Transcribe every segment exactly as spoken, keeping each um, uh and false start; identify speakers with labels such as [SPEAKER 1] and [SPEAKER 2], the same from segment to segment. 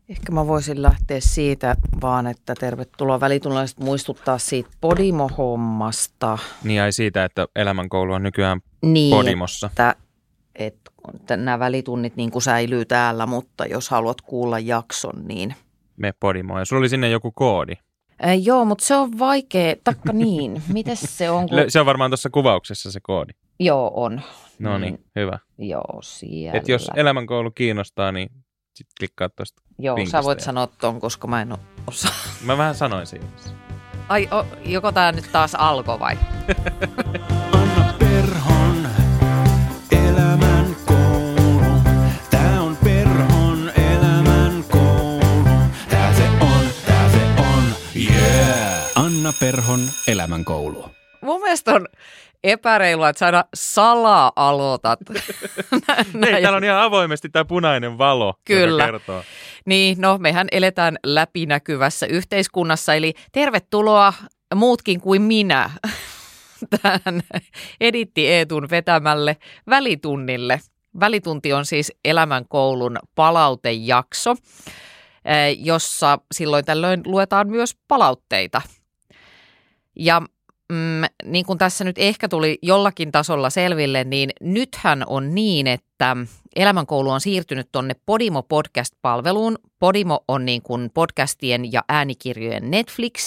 [SPEAKER 1] Ehkä mä voisin lähteä siitä vaan, että tervetuloa välitunnalliset muistuttaa siitä Podimo-hommasta.
[SPEAKER 2] Niin ai siitä, että elämänkoulu on nykyään
[SPEAKER 1] niin,
[SPEAKER 2] Podimossa.
[SPEAKER 1] Että, että nämä välitunnit niin kuin säilyy täällä, mutta jos haluat kuulla jakson, niin...
[SPEAKER 2] Me Podimoon. Ja sulla oli sinne joku koodi.
[SPEAKER 1] Äh, joo, mutta se on vaikea. Takka niin. Mites se on? Kun...
[SPEAKER 2] Se on varmaan tuossa kuvauksessa se koodi.
[SPEAKER 1] Joo, on.
[SPEAKER 2] No niin, mm. hyvä.
[SPEAKER 1] Joo, siellä.
[SPEAKER 2] Et jos elämänkoulu kiinnostaa, niin sit klikkaa tuosta
[SPEAKER 1] Joo,
[SPEAKER 2] vinkistä.
[SPEAKER 1] sä voit ja... sanoa ton, koska mä en osaa.
[SPEAKER 2] Mä vähän sanoin siinä.
[SPEAKER 1] Ai, o, joko tää nyt taas alkoi vai?
[SPEAKER 3] Anna Perhon elämänkoulu. Tää on Perhon elämänkoulu. Tää se on, tää se on, yeah! Anna Perhon elämänkoulu.
[SPEAKER 1] Mun mielestä on epäreilua, että sä aina salaa aloitat.
[SPEAKER 2] Ei, täällä on ihan avoimesti tämä punainen valo,
[SPEAKER 1] Kyllä.
[SPEAKER 2] joka kertoo.
[SPEAKER 1] Niin, no mehän eletään läpinäkyvässä yhteiskunnassa, eli tervetuloa muutkin kuin minä tähän Editti Eetun vetämälle välitunnille. Välitunti on siis elämänkoulun palautejakso, jossa silloin tällöin luetaan myös palautteita. Ja Mm, niin kuin tässä nyt ehkä tuli jollakin tasolla selville, niin nythän on niin, että elämänkoulu on siirtynyt tuonne Podimo podcast-palveluun. Podimo on niin kuin podcastien ja äänikirjojen Netflix.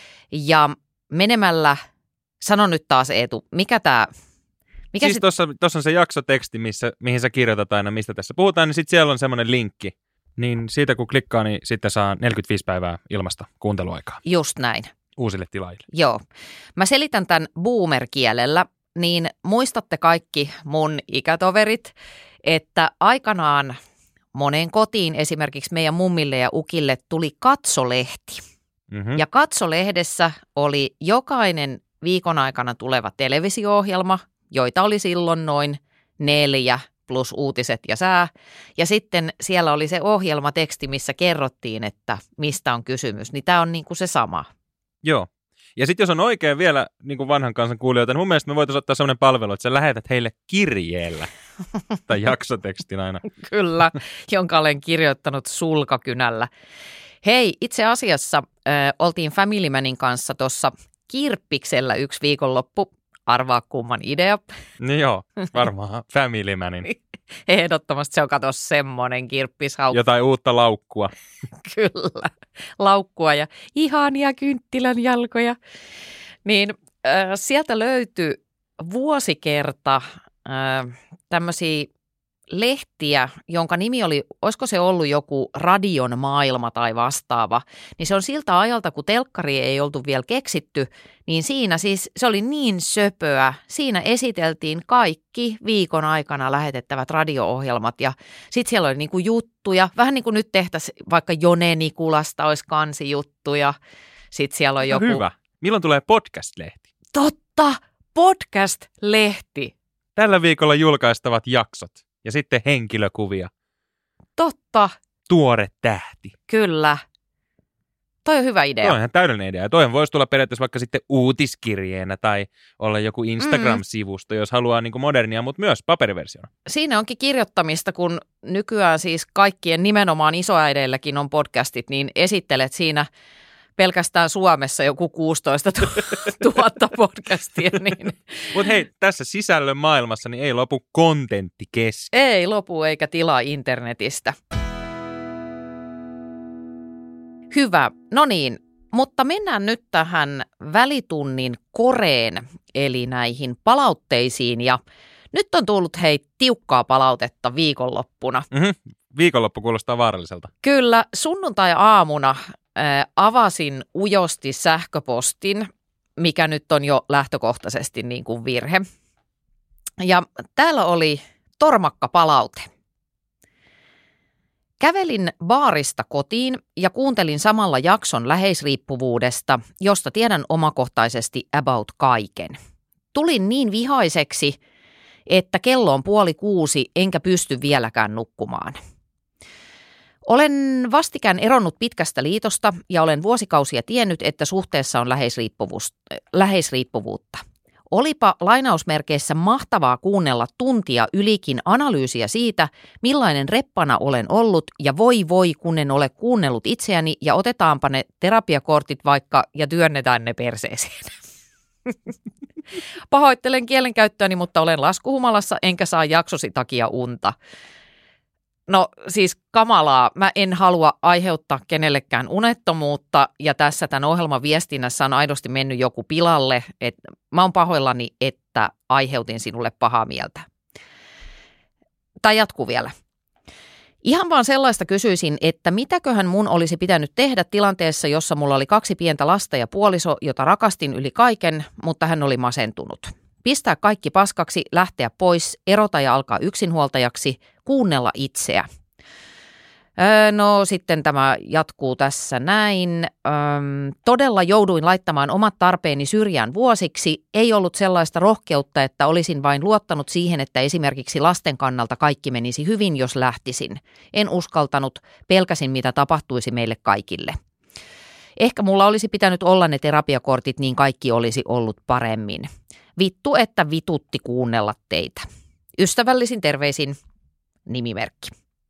[SPEAKER 1] Ja menemällä, sano nyt taas Eetu, mikä tämä...
[SPEAKER 2] Mikä siis tuossa sit... on se jaksoteksti, missä, mihin sä kirjoitat aina, mistä tässä puhutaan, niin sitten siellä on semmoinen linkki. Niin siitä kun klikkaa, niin sitten saa neljäkymmentäviisi päivää ilmasta kuunteluaikaa.
[SPEAKER 1] Just näin.
[SPEAKER 2] Uusille tilaajille.
[SPEAKER 1] Joo. Mä selitän tämän boomer-kielellä, niin muistatte kaikki mun ikätoverit, että aikanaan moneen kotiin esimerkiksi meidän mummille ja ukille tuli katsolehti. Mm-hmm. Ja katsolehdessä oli jokainen viikon aikana tuleva televisio-ohjelma, joita oli silloin noin neljä plus uutiset ja sää. Ja sitten siellä oli se ohjelmateksti, missä kerrottiin, että mistä on kysymys. Niin tämä on niin kuin se sama.
[SPEAKER 2] Joo. Ja sitten jos on oikein vielä niin kuin vanhan kansan kuulijoita, niin mun mielestä me voitaisiin ottaa sellainen palvelu, että sä lähetät heille kirjeellä tai jaksotekstin aina.
[SPEAKER 1] Kyllä, jonka olen kirjoittanut sulkakynällä. Hei, itse asiassa äh, oltiin Family Manin kanssa tuossa Kirppiksellä yksi viikonloppu. Arvaa kumman idea.
[SPEAKER 2] Niin joo, varmaan Family Manin.
[SPEAKER 1] Ehdottomasti se on kato semmoinen kirppishaukku.
[SPEAKER 2] Jotain uutta laukkua.
[SPEAKER 1] Kyllä, laukkua ja ihania kynttilän jalkoja. Niin äh, sieltä löytyi vuosikerta äh, tämmöisiä lehtiä, jonka nimi oli, olisiko se ollut joku Radion maailma tai vastaava, niin se on siltä ajalta, kun telkkari ei oltu vielä keksitty, niin siinä siis se oli niin söpöä. Siinä esiteltiin kaikki viikon aikana lähetettävät radio-ohjelmat ja sitten siellä oli niinku juttuja, vähän niin kuin nyt tehtäisiin vaikka Jone Nikulasta olisi kansijuttuja. Sitten siellä on joku...
[SPEAKER 2] Hyvä. Milloin tulee podcast-lehti?
[SPEAKER 1] Totta, podcast-lehti.
[SPEAKER 2] Tällä viikolla julkaistavat jaksot. Ja sitten henkilökuvia.
[SPEAKER 1] Totta.
[SPEAKER 2] Tuore tähti.
[SPEAKER 1] Kyllä. Toi on hyvä idea.
[SPEAKER 2] Toi on ihan täydellinen idea. Ja toihan voisi tulla periaatteessa vaikka sitten uutiskirjeenä tai olla joku Instagram-sivusto, mm. jos haluaa niin kuin modernia, mutta myös paperiversiona.
[SPEAKER 1] Siinä onkin kirjoittamista, kun nykyään siis kaikkien nimenomaan isoäideilläkin on podcastit, niin esittelet siinä pelkästään Suomessa joku kuusitoista tuhatta podcastia. Niin.
[SPEAKER 2] Mutta hei, tässä sisällön maailmassa niin ei lopu kontentti kesken.
[SPEAKER 1] Ei lopu eikä tilaa internetistä. Hyvä. No niin, mutta mennään nyt tähän välitunnin koreen, eli näihin palautteisiin. Ja nyt on tullut hei tiukkaa palautetta viikonloppuna.
[SPEAKER 2] Mm-hmm. Viikonloppu kuulostaa vaaralliselta.
[SPEAKER 1] Kyllä, sunnuntai-aamuna avasin ujosti sähköpostin, mikä nyt on jo lähtökohtaisesti niin kuin virhe. Ja täällä oli tormakka palaute. Kävelin baarista kotiin ja kuuntelin samalla jakson läheisriippuvuudesta, josta tiedän omakohtaisesti about kaiken. Tulin niin vihaiseksi, että kello on puoli kuusi enkä pysty vieläkään nukkumaan. Olen vastikään eronnut pitkästä liitosta ja olen vuosikausia tiennyt, että suhteessa on läheisriippuvuutta. Olipa lainausmerkeissä mahtavaa kuunnella tuntia ylikin analyysiä siitä, millainen reppana olen ollut ja voi voi, kun en ole kuunnellut itseäni ja otetaanpa ne terapiakortit vaikka ja työnnetään ne perseeseen. Pahoittelen kielenkäyttöäni, mutta olen laskuhumalassa enkä saa jaksosi takia unta. No siis kamalaa, mä en halua aiheuttaa kenellekään unettomuutta ja tässä tämän ohjelman viestinnässä on aidosti mennyt joku pilalle. Et mä oon pahoillani, että aiheutin sinulle pahaa mieltä. Tai jatkuu vielä. Ihan vaan sellaista kysyisin, että mitäköhän mun olisi pitänyt tehdä tilanteessa, jossa mulla oli kaksi pientä lasta ja puoliso, jota rakastin yli kaiken, mutta hän oli masentunut. Pistää kaikki paskaksi, lähteä pois, erota ja alkaa yksinhuoltajaksi, kuunnella itseä. Öö, no sitten tämä jatkuu tässä näin. Öö, todella jouduin laittamaan omat tarpeeni syrjään vuosiksi. Ei ollut sellaista rohkeutta, että olisin vain luottanut siihen, että esimerkiksi lasten kannalta kaikki menisi hyvin, jos lähtisin. En uskaltanut, pelkäsin mitä tapahtuisi meille kaikille. Ehkä mulla olisi pitänyt olla ne terapiakortit, niin kaikki olisi ollut paremmin. Vittu, että vitutti kuunnella teitä. Ystävällisin terveisin, nimimerkki.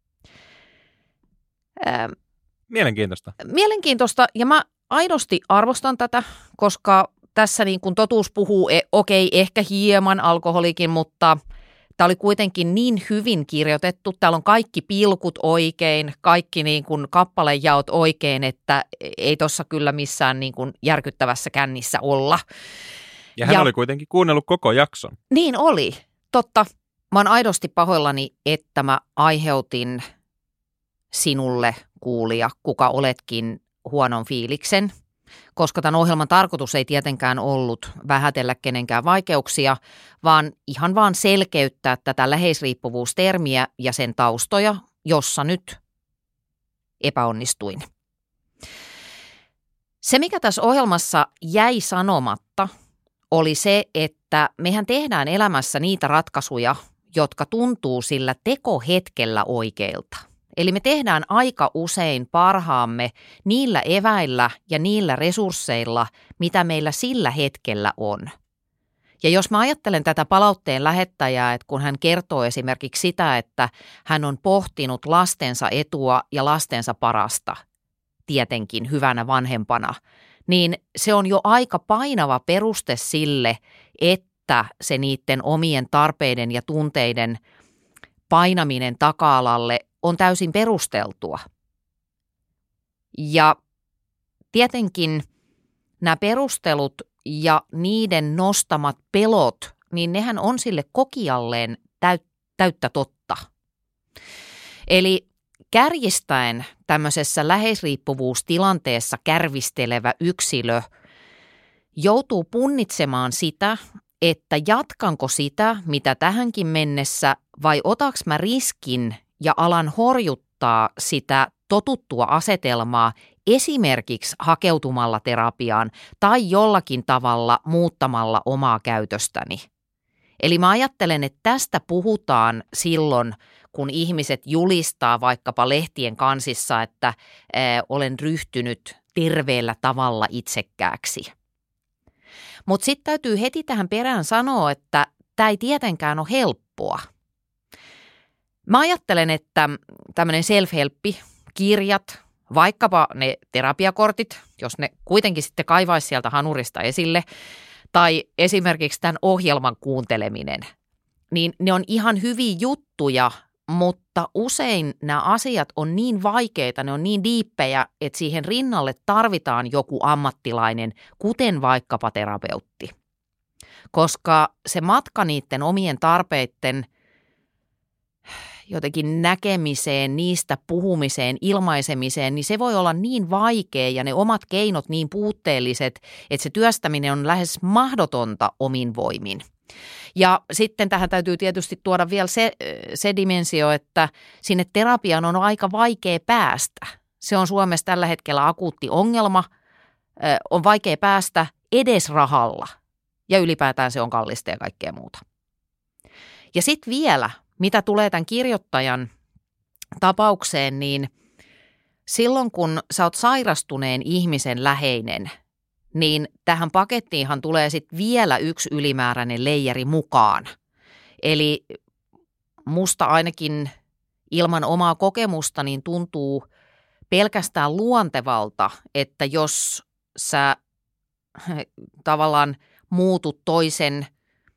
[SPEAKER 1] Ää,
[SPEAKER 2] Mielenkiintoista.
[SPEAKER 1] Mielenkiintoista ja mä aidosti arvostan tätä, koska tässä niin kuin totuus puhuu, e, okei, ehkä hieman alkoholikin, mutta tämä oli kuitenkin niin hyvin kirjoitettu. Täällä on kaikki pilkut oikein, kaikki niin kuin kappalejaot oikein, että ei tuossa kyllä missään niin kuin järkyttävässä kännissä olla.
[SPEAKER 2] Ja hän ja, oli kuitenkin kuunnellut koko jakson.
[SPEAKER 1] Niin oli, totta. Mä oon aidosti pahoillani, että mä aiheutin sinulle, kuulija, kuka oletkin, huonon fiiliksen, koska tämän ohjelman tarkoitus ei tietenkään ollut vähätellä kenenkään vaikeuksia, vaan ihan vaan selkeyttää tätä läheisriippuvuustermiä ja sen taustoja, jossa nyt epäonnistuin. Se, mikä tässä ohjelmassa jäi sanomatta, oli se, että mehän tehdään elämässä niitä ratkaisuja, jotka tuntuu sillä tekohetkellä oikeilta. Eli me tehdään aika usein parhaamme niillä eväillä ja niillä resursseilla, mitä meillä sillä hetkellä on. Ja jos mä ajattelen tätä palautteen lähettäjää, että kun hän kertoo esimerkiksi sitä, että hän on pohtinut lastensa etua ja lastensa parasta, tietenkin hyvänä vanhempana, niin se on jo aika painava peruste sille, että se niiden omien tarpeiden ja tunteiden painaminen taka-alalle on täysin perusteltua. Ja tietenkin nämä perustelut ja niiden nostamat pelot, niin nehän on sille kokijalleen täyttä totta. Eli kärjistäen tämmöisessä läheisriippuvuustilanteessa kärvistelevä yksilö joutuu punnitsemaan sitä, että jatkanko sitä, mitä tähänkin mennessä, vai otaks mä riskin ja alan horjuttaa sitä totuttua asetelmaa esimerkiksi hakeutumalla terapiaan tai jollakin tavalla muuttamalla omaa käytöstäni. Eli mä ajattelen, että tästä puhutaan silloin, kun ihmiset julistaa vaikkapa lehtien kansissa, että ä, olen ryhtynyt terveellä tavalla itsekkääksi. Mutta sitten täytyy heti tähän perään sanoa, että tämä ei tietenkään ole helppoa. Mä ajattelen, että tämmöinen self-helppi, kirjat, vaikkapa ne terapiakortit, jos ne kuitenkin sitten kaivaisi sieltä hanurista esille, tai esimerkiksi tämän ohjelman kuunteleminen, niin ne on ihan hyviä juttuja, mutta usein nämä asiat on niin vaikeita, ne on niin diippejä, että siihen rinnalle tarvitaan joku ammattilainen, kuten vaikkapa terapeutti. Koska se matka niiden omien tarpeiden jotenkin näkemiseen, niistä puhumiseen, ilmaisemiseen, niin se voi olla niin vaikea ja ne omat keinot niin puutteelliset, että se työstäminen on lähes mahdotonta omin voimin. Ja sitten tähän täytyy tietysti tuoda vielä se, se dimensio, että sinne terapiaan on aika vaikea päästä. Se on Suomessa tällä hetkellä akuutti ongelma, on vaikea päästä edes rahalla ja ylipäätään se on kallista ja kaikkea muuta. Ja sitten vielä, mitä tulee tämän kirjoittajan tapaukseen, niin silloin kun sä oot sairastuneen ihmisen läheinen, niin tähän pakettiinhan tulee sitten vielä yksi ylimääräinen leijeri mukaan. Eli musta ainakin ilman omaa kokemusta niin tuntuu pelkästään luontevalta, että jos sä tavallaan muutut toisen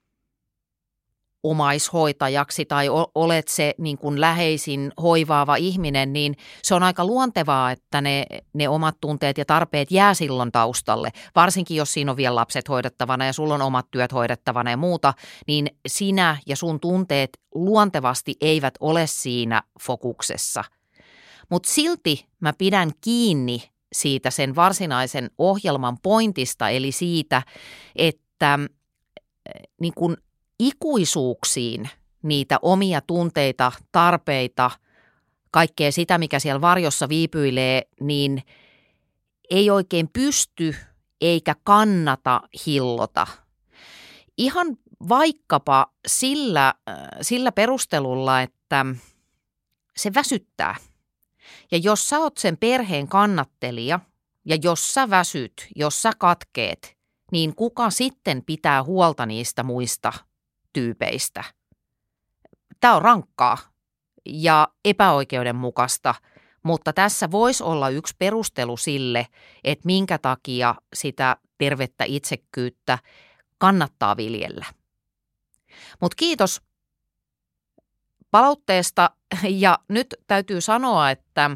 [SPEAKER 1] omaishoitajaksi tai olet se niin kuin läheisin hoivaava ihminen, niin se on aika luontevaa, että ne, ne omat tunteet ja tarpeet jää silloin taustalle. Varsinkin jos siinä on vielä lapset hoidettavana ja sulla on omat työt hoidettavana ja muuta, niin sinä ja sun tunteet luontevasti eivät ole siinä fokuksessa. Mutta silti mä pidän kiinni siitä sen varsinaisen ohjelman pointista, eli siitä, että niin kun ikuisuuksiin niitä omia tunteita, tarpeita, kaikkea sitä, mikä siellä varjossa viipyilee, niin ei oikein pysty eikä kannata hillota. Ihan vaikkapa sillä, sillä perustelulla, että se väsyttää. Ja jos sä oot sen perheen kannattelija ja jos sä väsyt, jos sä katkeet, niin kuka sitten pitää huolta niistä muista tyypeistä? Tämä on rankkaa ja epäoikeudenmukaista, mutta tässä voisi olla yksi perustelu sille, että minkä takia sitä tervettä itsekkyyttä kannattaa viljellä. Mutta kiitos palautteesta ja nyt täytyy sanoa, että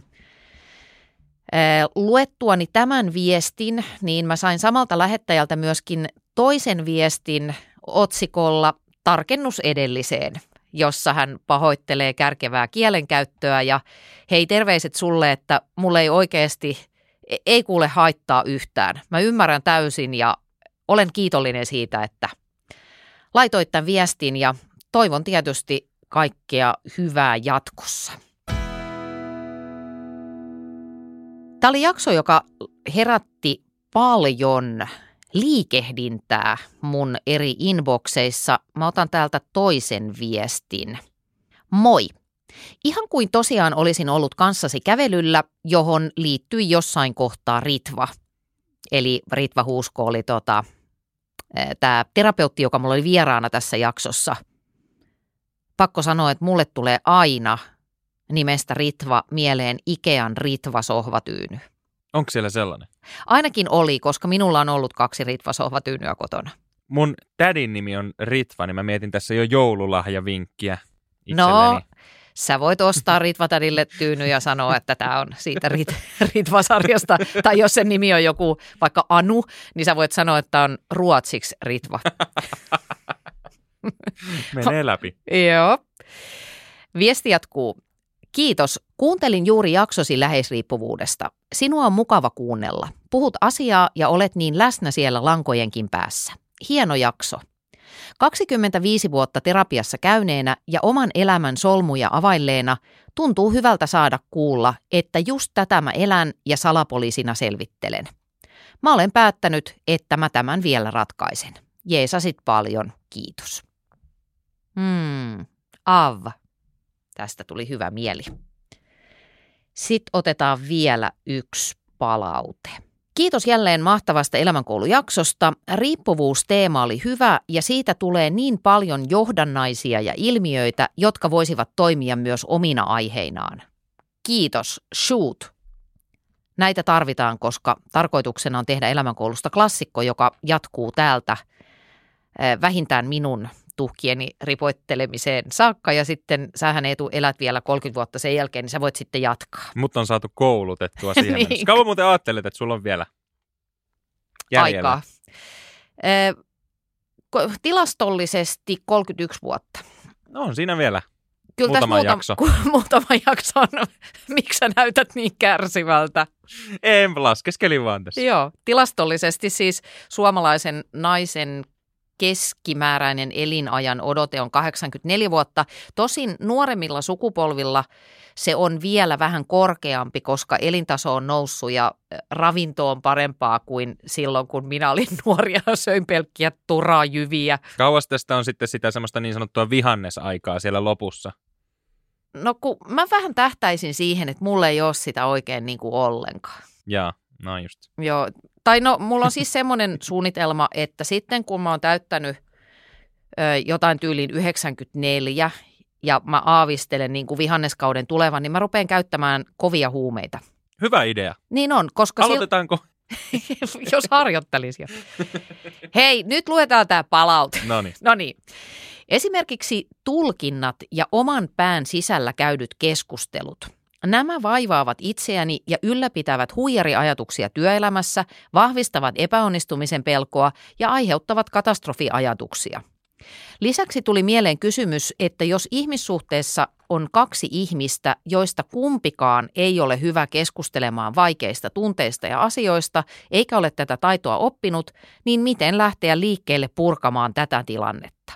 [SPEAKER 1] luettuani tämän viestin, niin mä sain samalta lähettäjältä myöskin toisen viestin otsikolla Tarkennus edelliseen, jossa hän pahoittelee kärkevää kielenkäyttöä ja hei terveiset sulle, että mulle ei oikeasti, ei kuule haittaa yhtään. Mä ymmärrän täysin ja olen kiitollinen siitä, että laitoit tämän viestin ja toivon tietysti kaikkea hyvää jatkossa. Tämä oli jakso, joka herätti paljon liikehdintää mun eri inboxeissa. Mä otan täältä toisen viestin. Moi! Ihan kuin tosiaan olisin ollut kanssasi kävelyllä, johon liittyi jossain kohtaa Ritva. Eli Ritva Huusko oli tota, tämä terapeutti, joka mulla oli vieraana tässä jaksossa. Pakko sanoa, että mulle tulee aina nimestä Ritva mieleen Ikean Ritva-sohvatyyny.
[SPEAKER 2] Onko siellä sellainen?
[SPEAKER 1] Ainakin oli, koska minulla on ollut kaksi Ritva-sohvatyynyä kotona.
[SPEAKER 2] Mun tädin nimi on Ritva, niin mä mietin tässä jo joululahjavinkkiä itselleni.
[SPEAKER 1] No, sä voit ostaa Ritva-tädille tyyny ja sanoa, että tämä on siitä Rit- Ritva-sarjasta. Tai jos sen nimi on joku vaikka Anu, niin sä voit sanoa, että on ruotsiksi Ritva.
[SPEAKER 2] Menee läpi.
[SPEAKER 1] Joo. Viesti jatkuu. Kiitos. Kuuntelin juuri jaksosi läheisriippuvuudesta. Sinua on mukava kuunnella. Puhut asiaa ja olet niin läsnä siellä lankojenkin päässä. Hieno jakso. kaksikymmentäviisi vuotta terapiassa käyneenä ja oman elämän solmuja availleena tuntuu hyvältä saada kuulla, että just tätä mä elän ja salapoliisina selvittelen. Mä olen päättänyt, että mä tämän vielä ratkaisen. Jeesasit paljon. Kiitos. Hmm. Av. Tästä tuli hyvä mieli. Sitten otetaan vielä yksi palaute. Kiitos jälleen mahtavasta elämänkoulujaksosta. Riippuvuusteema oli hyvä ja siitä tulee niin paljon johdannaisia ja ilmiöitä, jotka voisivat toimia myös omina aiheinaan. Kiitos. Shoot. Näitä tarvitaan, koska tarkoituksena on tehdä elämänkoulusta klassikko, joka jatkuu täältä vähintään minun tuhkieni ripoittelemiseen saakka ja sitten sähän Eetu elät vielä kolmekymmentä vuotta sen jälkeen, niin sä voit sitten jatkaa.
[SPEAKER 2] Mut on saatu koulutettua siihen.
[SPEAKER 1] Niin.
[SPEAKER 2] Kauan muuten ajattelet, että sulla on vielä jäljellä?
[SPEAKER 1] Aikaa. Eh, tilastollisesti kolmekymmentäyksi vuotta.
[SPEAKER 2] No on siinä vielä.
[SPEAKER 1] Kyllä
[SPEAKER 2] muutama
[SPEAKER 1] tässä
[SPEAKER 2] jakso.
[SPEAKER 1] Ku, muutama jakso on. Miksi sä näytät niin kärsivältä?
[SPEAKER 2] En, laskeskelin vaan tässä.
[SPEAKER 1] Joo, tilastollisesti siis suomalaisen naisen keskimääräinen elinajan odote on kahdeksankymmentäneljä vuotta. Tosin nuoremmilla sukupolvilla se on vielä vähän korkeampi, koska elintaso on noussut ja ravinto on parempaa kuin silloin, kun minä olin nuori ja söin pelkkiä turajyviä.
[SPEAKER 2] Kauas tästä on sitten sitä semmoista niin sanottua vihannesaikaa siellä lopussa?
[SPEAKER 1] No kun mä vähän tähtäisin siihen, että mulla ei ole sitä oikein niin kuin ollenkaan.
[SPEAKER 2] Jaa, no just.
[SPEAKER 1] Joo, tai no mulla on siis semmoinen suunnitelma, että sitten kun mä oon täyttänyt ö, jotain tyyliin yhdeksänkymmentäneljä ja mä aavistelen niin kuin vihanneskauden tulevan, niin mä rupean käyttämään kovia huumeita.
[SPEAKER 2] Hyvä idea.
[SPEAKER 1] Niin on, koska...
[SPEAKER 2] Aloitetaanko?
[SPEAKER 1] Sil... Jos harjoittelisi. Hei, nyt luetaan tämä palaute.
[SPEAKER 2] Noniin.
[SPEAKER 1] No niin. Esimerkiksi tulkinnat ja oman pään sisällä käydyt keskustelut. Nämä vaivaavat itseäni ja ylläpitävät huijariajatuksia työelämässä, vahvistavat epäonnistumisen pelkoa ja aiheuttavat katastrofiajatuksia. Lisäksi tuli mieleen kysymys, että jos ihmissuhteessa on kaksi ihmistä, joista kumpikaan ei ole hyvä keskustelemaan vaikeista tunteista ja asioista, eikä ole tätä taitoa oppinut, niin miten lähteä liikkeelle purkamaan tätä tilannetta?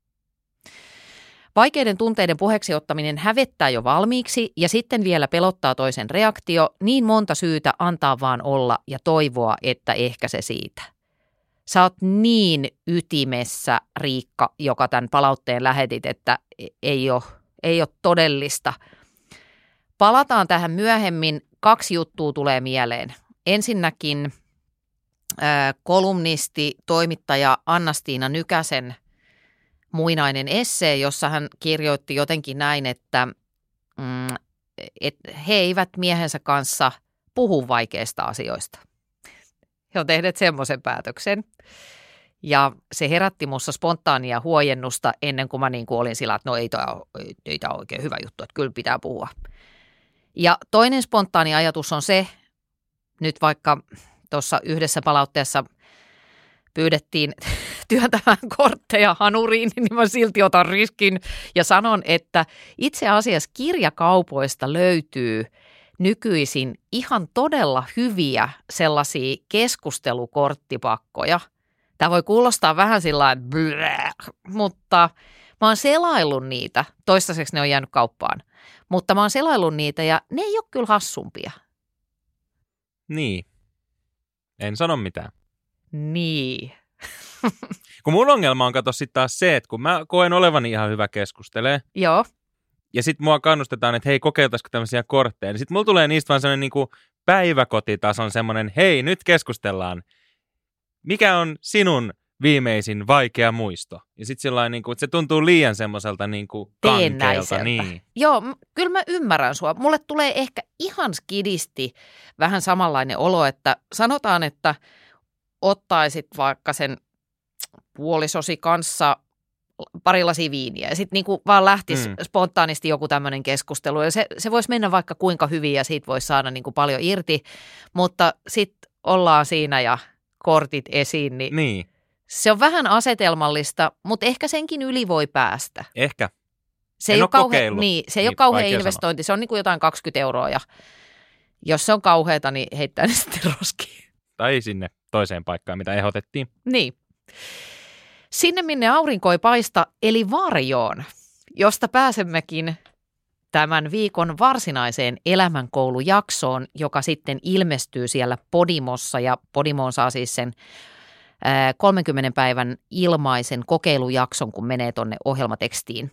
[SPEAKER 1] Vaikeiden tunteiden puheeksi ottaminen hävettää jo valmiiksi ja sitten vielä pelottaa toisen reaktio, niin monta syytä antaa vaan olla ja toivoa, että ehkä se siitä. Sä oot niin ytimessä, Riikka, joka tämän palautteen lähetit, että ei ole, ei ole todellista. Palataan tähän myöhemmin. Kaksi juttua tulee mieleen. Ensinnäkin äh, kolumnisti, toimittaja Anna-Stiina Nykäsen muinainen essee, jossa hän kirjoitti jotenkin näin, että mm, et he eivät miehensä kanssa puhu vaikeista asioista. He on tehneet semmoisen päätöksen. Ja se herätti minussa spontaania huojennusta ennen kuin mä niin kuin olin sillä, että no ei tämä ole, ei tämä ole oikein hyvä juttu, että kyllä pitää puhua. Ja toinen spontaani ajatus on se, nyt vaikka tuossa yhdessä palautteessa pyydettiin työntämään kortteja hanuriin, niin mä silti otan riskin ja sanon, että itse asiassa kirjakaupoista löytyy nykyisin ihan todella hyviä sellaisia keskustelukorttipakkoja. Tämä voi kuulostaa vähän sillä lailla, mutta mä oon selaillut niitä. Toistaiseksi ne on jäänyt kauppaan. Mutta mä oon selaillut niitä ja ne ei ole kyllä hassumpia.
[SPEAKER 2] Niin. En sano mitään.
[SPEAKER 1] Niin.
[SPEAKER 2] Kun mun ongelma on kato sitten taas se, että kun mä koen olevani ihan hyvä keskustelee.
[SPEAKER 1] Joo.
[SPEAKER 2] Ja sitten mua kannustetaan, että hei, kokeiltaisiko tämmöisiä kortteja. Niin sitten mulla tulee niistä vaan semmoinen niinku päiväkotitason semmoinen, hei, nyt keskustellaan. Mikä on sinun viimeisin vaikea muisto? Ja sitten sillain niinku, että se tuntuu liian semmoiselta niinku kankeelta. Niin.
[SPEAKER 1] Joo, m- kyllä mä ymmärrän sua. Mulle tulee ehkä ihan skidisti vähän samanlainen olo, että sanotaan, että ottaisit vaikka sen puolisosi kanssa pari lasia viiniä ja sitten niinku vaan lähtisi mm. spontaanisti joku tämmöinen keskustelu. Ja se, se voisi mennä vaikka kuinka hyvin ja siitä voisi saada niinku paljon irti, mutta sitten ollaan siinä ja kortit esiin. Niin
[SPEAKER 2] niin.
[SPEAKER 1] Se on vähän asetelmallista, mutta ehkä senkin yli voi päästä.
[SPEAKER 2] Ehkä.
[SPEAKER 1] Se
[SPEAKER 2] en
[SPEAKER 1] ei
[SPEAKER 2] ole
[SPEAKER 1] ole kauhe,
[SPEAKER 2] kokeillut.
[SPEAKER 1] niin, se ei
[SPEAKER 2] niin,
[SPEAKER 1] ole kauhean investointi, sanoa. Se on niin kuin jotain kaksikymmentä euroa ja jos se on kauheata, niin heittää ne sitten roskiin.
[SPEAKER 2] Tai sinne toiseen paikkaan, mitä ehdotettiin.
[SPEAKER 1] Niin. Sinne, minne aurinko ei paista, eli varjoon, josta pääsemmekin tämän viikon varsinaiseen elämänkoulujaksoon, joka sitten ilmestyy siellä Podimossa ja Podimoon saa siis sen kolmenkymmenen päivän ilmaisen kokeilujakson, kun menee tuonne ohjelmatekstiin.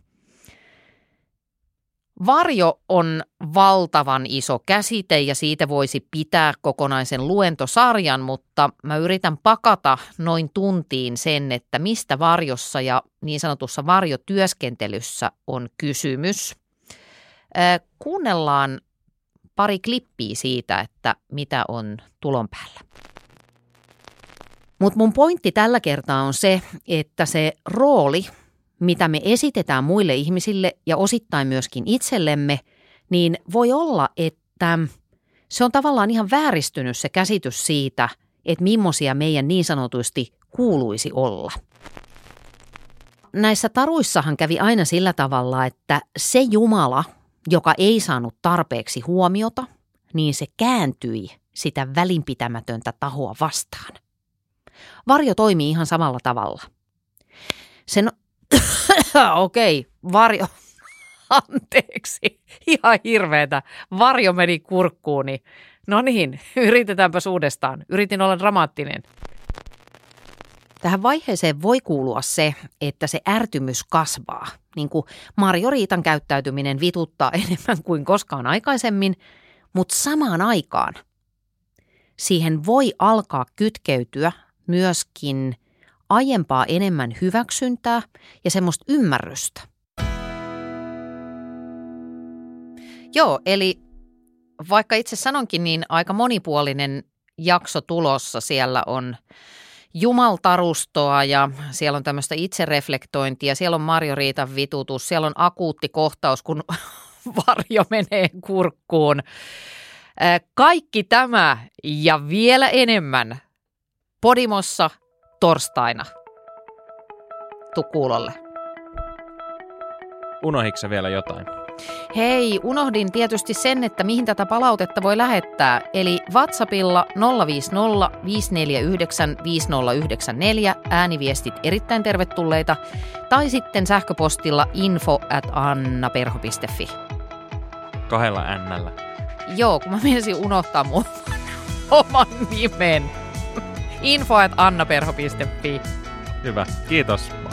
[SPEAKER 1] Varjo on valtavan iso käsite ja siitä voisi pitää kokonaisen luentosarjan, mutta mä yritän pakata noin tuntiin sen, että mistä varjossa ja niin sanotussa varjotyöskentelyssä on kysymys. Kuunnellaan pari klippiä siitä, että mitä on tulon päällä. Mutta mun pointti tällä kertaa on se, että se rooli, mitä me esitetään muille ihmisille ja osittain myöskin itsellemme, niin voi olla, että se on tavallaan ihan vääristynyt se käsitys siitä, että millaisia meidän niin sanotusti kuuluisi olla. Näissä taruissahan kävi aina sillä tavalla, että se Jumala, joka ei saanut tarpeeksi huomiota, niin se kääntyi sitä välinpitämätöntä tahoa vastaan. Varjo toimii ihan samalla tavalla. Sen okei, okay, varjo, anteeksi, ihan hirveetä, varjo meni kurkkuuni. No niin, yritetäänpäs uudestaan. Yritin olla dramaattinen. Tähän vaiheeseen voi kuulua se, että se ärtymys kasvaa. Niin kuin Marjo-Riitan käyttäytyminen vituttaa enemmän kuin koskaan aikaisemmin, mutta samaan aikaan siihen voi alkaa kytkeytyä myöskin aiempaa enemmän hyväksyntää ja semmoista ymmärrystä. Joo, eli vaikka itse sanonkin, niin aika monipuolinen jakso tulossa. Siellä on jumaltarustoa ja siellä on tämmöistä itsereflektointia, siellä on Marjo-Riitan vitutus, siellä on akuutti kohtaus, kun varjo menee kurkkuun. Kaikki tämä ja vielä enemmän Podimossa torstaina. Tuu kuulolle.
[SPEAKER 2] Unohditko sä vielä jotain?
[SPEAKER 1] Hei, unohdin tietysti sen, että mihin tätä palautetta voi lähettää. Eli WhatsAppilla nolla viisi nolla viisi neljä yhdeksän viisi nolla yhdeksän neljä, ääniviestit erittäin tervetulleita. Tai sitten sähköpostilla info at annaperho piste fi.
[SPEAKER 2] Kahdella ännällä.
[SPEAKER 1] Joo, kun mä menisin unohtaa mun oman nimen. info at annaperho piste fi.
[SPEAKER 2] Hyvä, kiitos.